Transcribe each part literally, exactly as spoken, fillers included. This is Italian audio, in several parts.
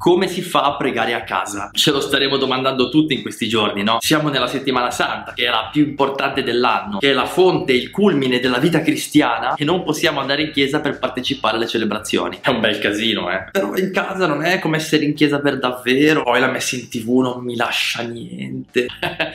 Come si fa a pregare a casa? Ce lo staremo domandando tutti in questi giorni, no? Siamo nella settimana santa, che è la più importante dell'anno, che è la fonte, il culmine della vita cristiana, e non possiamo andare in chiesa per partecipare alle celebrazioni. È un bel casino, eh? Però in casa non è come essere in chiesa per davvero. Poi la messa in tv non mi lascia niente.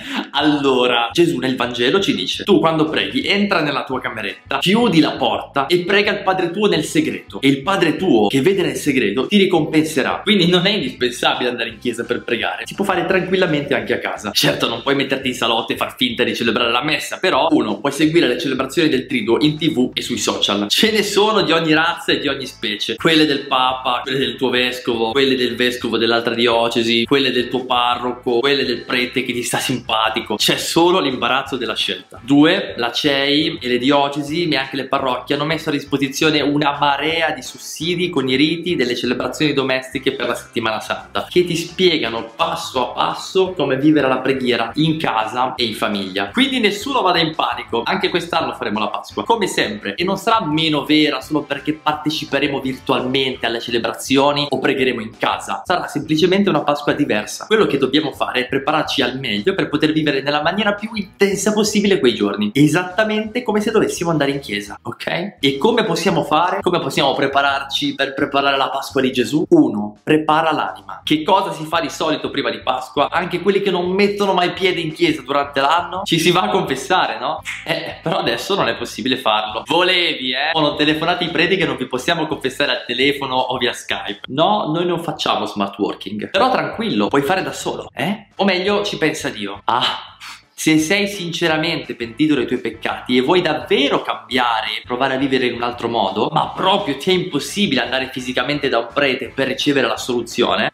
Allora, Gesù nel Vangelo ci dice: tu quando preghi entra nella tua cameretta, chiudi la porta e prega il Padre tuo nel segreto, e il Padre tuo che vede nel segreto ti ricompenserà. Quindi non è indispensabile andare in chiesa per pregare, si può fare tranquillamente anche a casa. Certo, non puoi metterti in salotto e far finta di celebrare la messa, però uno, puoi seguire le celebrazioni del Triduo in tv e sui social. Ce ne sono di ogni razza e di ogni specie, quelle del Papa, quelle del tuo vescovo, quelle del vescovo dell'altra diocesi, quelle del tuo parroco, quelle del prete che ti sta simpatico. C'è solo l'imbarazzo della scelta. Due, la C E I e le diocesi e anche le parrocchie hanno messo a disposizione una marea di sussidi con i riti delle celebrazioni domestiche per la settimana santa, che ti spiegano passo a passo come vivere la preghiera in casa e in famiglia. Quindi nessuno vada in panico, anche quest'anno faremo la Pasqua come sempre, e non sarà meno vera solo perché parteciperemo virtualmente alle celebrazioni o pregheremo in casa. Sarà semplicemente una Pasqua diversa. Quello che dobbiamo fare è prepararci al meglio per poter vivere nella maniera più intensa possibile quei giorni, esattamente come se dovessimo andare in chiesa, ok? E come possiamo fare? Come possiamo prepararci per preparare la Pasqua di Gesù? Uno, prepara l'anima. Che cosa si fa di solito prima di Pasqua? Anche quelli che non mettono mai piede in chiesa durante l'anno, ci si va a confessare, no? Eh, però adesso non è possibile farlo. Volevi, eh? Sono telefonati i preti che non vi possiamo confessare al telefono o via Skype. No, noi non facciamo smart working. Però tranquillo, puoi fare da solo, eh? O meglio, ci pensa Dio. Ah, se sei sinceramente pentito dei tuoi peccati e vuoi davvero cambiare e provare a vivere in un altro modo, ma proprio ti è impossibile andare fisicamente da un prete per ricevere la soluzione,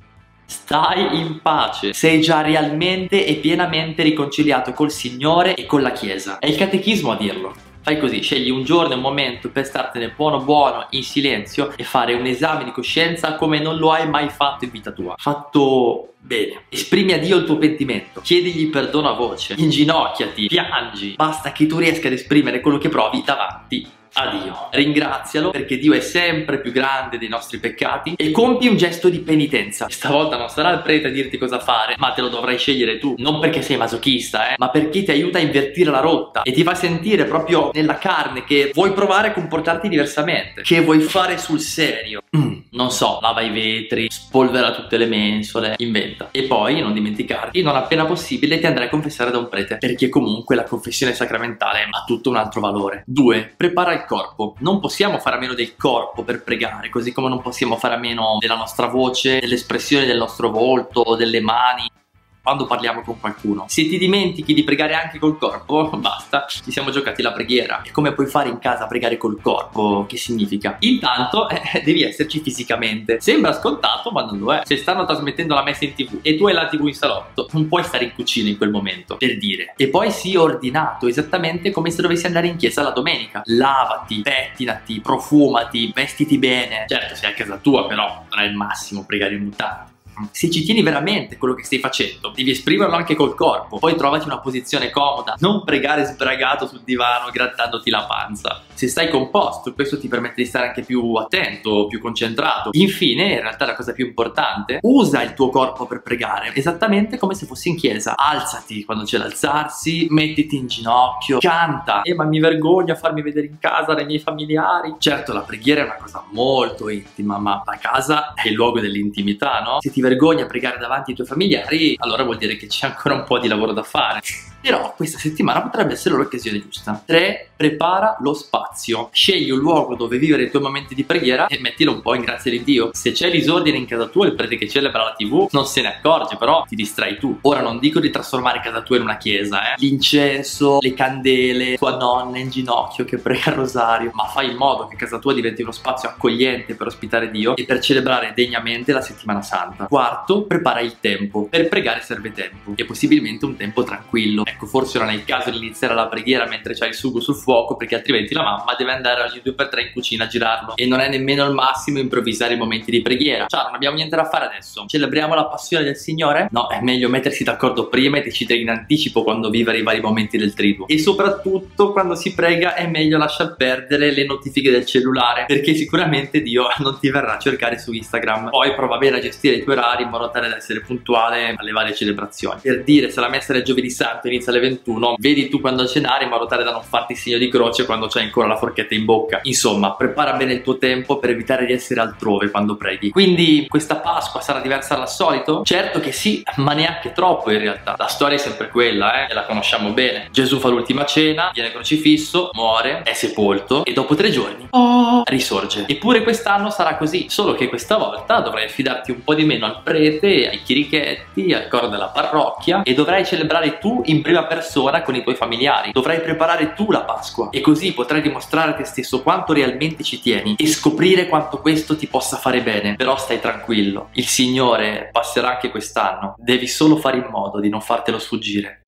stai in pace. Sei già realmente e pienamente riconciliato col Signore e con la Chiesa. È il catechismo a dirlo. Fai così, scegli un giorno e un momento per startene buono buono in silenzio e fare un esame di coscienza come non lo hai mai fatto in vita tua. Fatto bene. Esprimi a Dio il tuo pentimento, chiedigli perdono a voce, inginocchiati, piangi. Basta che tu riesca ad esprimere quello che provi davanti a Dio. Ringrazialo perché Dio è sempre più grande dei nostri peccati, e compi un gesto di penitenza. Stavolta non sarà il prete a dirti cosa fare, ma te lo dovrai scegliere tu. Non perché sei masochista, eh, ma perché ti aiuta a invertire la rotta e ti fa sentire proprio nella carne che vuoi provare a comportarti diversamente, che vuoi fare sul serio. Mm, non so, lava i vetri, spolvera tutte le mensole, inventa. E poi non dimenticarti, non appena possibile ti andrai a confessare da un prete, perché comunque la confessione sacramentale ha tutto un altro valore. Due, prepara il corpo. Non possiamo fare a meno del corpo per pregare, così come non possiamo fare a meno della nostra voce, dell'espressione del nostro volto, delle mani quando parliamo con qualcuno. Se ti dimentichi di pregare anche col corpo, basta, ci siamo giocati la preghiera. E come puoi fare in casa a pregare col corpo? Che significa? Intanto eh, devi esserci fisicamente. Sembra scontato, ma non lo è. Se stanno trasmettendo la messa in tv e tu hai la tv in salotto, non puoi stare in cucina in quel momento, per dire. E poi sii ordinato, esattamente come se dovessi andare in chiesa la domenica. Lavati, pettinati, profumati, vestiti bene. Certo, sei a casa tua, però non è il massimo pregare in mutande. Se ci tieni veramente quello che stai facendo, devi esprimerlo anche col corpo. Poi trovati una posizione comoda, non pregare sbragato sul divano grattandoti la panza. Se stai composto, questo ti permette di stare anche più attento, più concentrato. Infine, in realtà la cosa più importante, usa il tuo corpo per pregare, esattamente come se fossi in chiesa. Alzati quando c'è l'alzarsi, mettiti in ginocchio, canta. Eh, ma mi vergogno a farmi vedere in casa dai miei familiari. Certo, la preghiera è una cosa molto intima, ma la casa è il luogo dell'intimità, no? Se ti vergogna a pregare davanti ai tuoi familiari, allora vuol dire che c'è ancora un po' di lavoro da fare. Però questa settimana potrebbe essere l'occasione giusta. Tre, prepara lo spazio. Scegli un luogo dove vivere i tuoi momenti di preghiera e mettilo un po' in grazia di Dio. Se c'è disordine in casa tua, il prete che celebra la tv non se ne accorge, però ti distrai tu. Ora non dico di trasformare casa tua in una chiesa, eh. L'incenso, le candele, tua nonna in ginocchio che prega il rosario, ma fai in modo che casa tua diventi uno spazio accogliente per ospitare Dio e per celebrare degnamente la settimana santa. Quarto, prepara il tempo. Per pregare serve tempo, e possibilmente un tempo tranquillo. Ecco, ecco, forse non è il caso di iniziare la preghiera mentre c'hai il sugo sul fuoco, perché altrimenti la mamma deve andare ogni due per tre in cucina a girarlo, e non è nemmeno il massimo improvvisare i momenti di preghiera. Ciao, non abbiamo niente da fare adesso, celebriamo la passione del Signore? No, è meglio mettersi d'accordo prima e decidere in anticipo quando vivere i vari momenti del triduo. E soprattutto quando si prega è meglio lasciar perdere le notifiche del cellulare, perché sicuramente Dio non ti verrà a cercare su Instagram. Poi prova bene a gestire i tuoi orari in modo tale da essere puntuale alle varie celebrazioni. Per dire, se la messa del giovedì santo inizia alle ventuno, vedi tu quando cenare in modo tale da non farti segno di croce quando c'hai ancora la forchetta in bocca. Insomma, prepara bene il tuo tempo per evitare di essere altrove quando preghi. Quindi questa Pasqua sarà diversa dal solito? Certo che sì, ma neanche troppo in realtà. La storia è sempre quella, eh, e la conosciamo bene. Gesù fa l'ultima cena, viene crocifisso, muore, è sepolto e dopo tre giorni oh, risorge. Eppure quest'anno sarà così, solo che questa volta dovrai affidarti un po' di meno al prete, ai chierichetti, al coro della parrocchia, e dovrai celebrare tu in prima persona con i tuoi familiari. Dovrai preparare tu la Pasqua e così potrai dimostrare a te stesso quanto realmente ci tieni e scoprire quanto questo ti possa fare bene. Però stai tranquillo, il Signore passerà anche quest'anno, devi solo fare in modo di non fartelo sfuggire.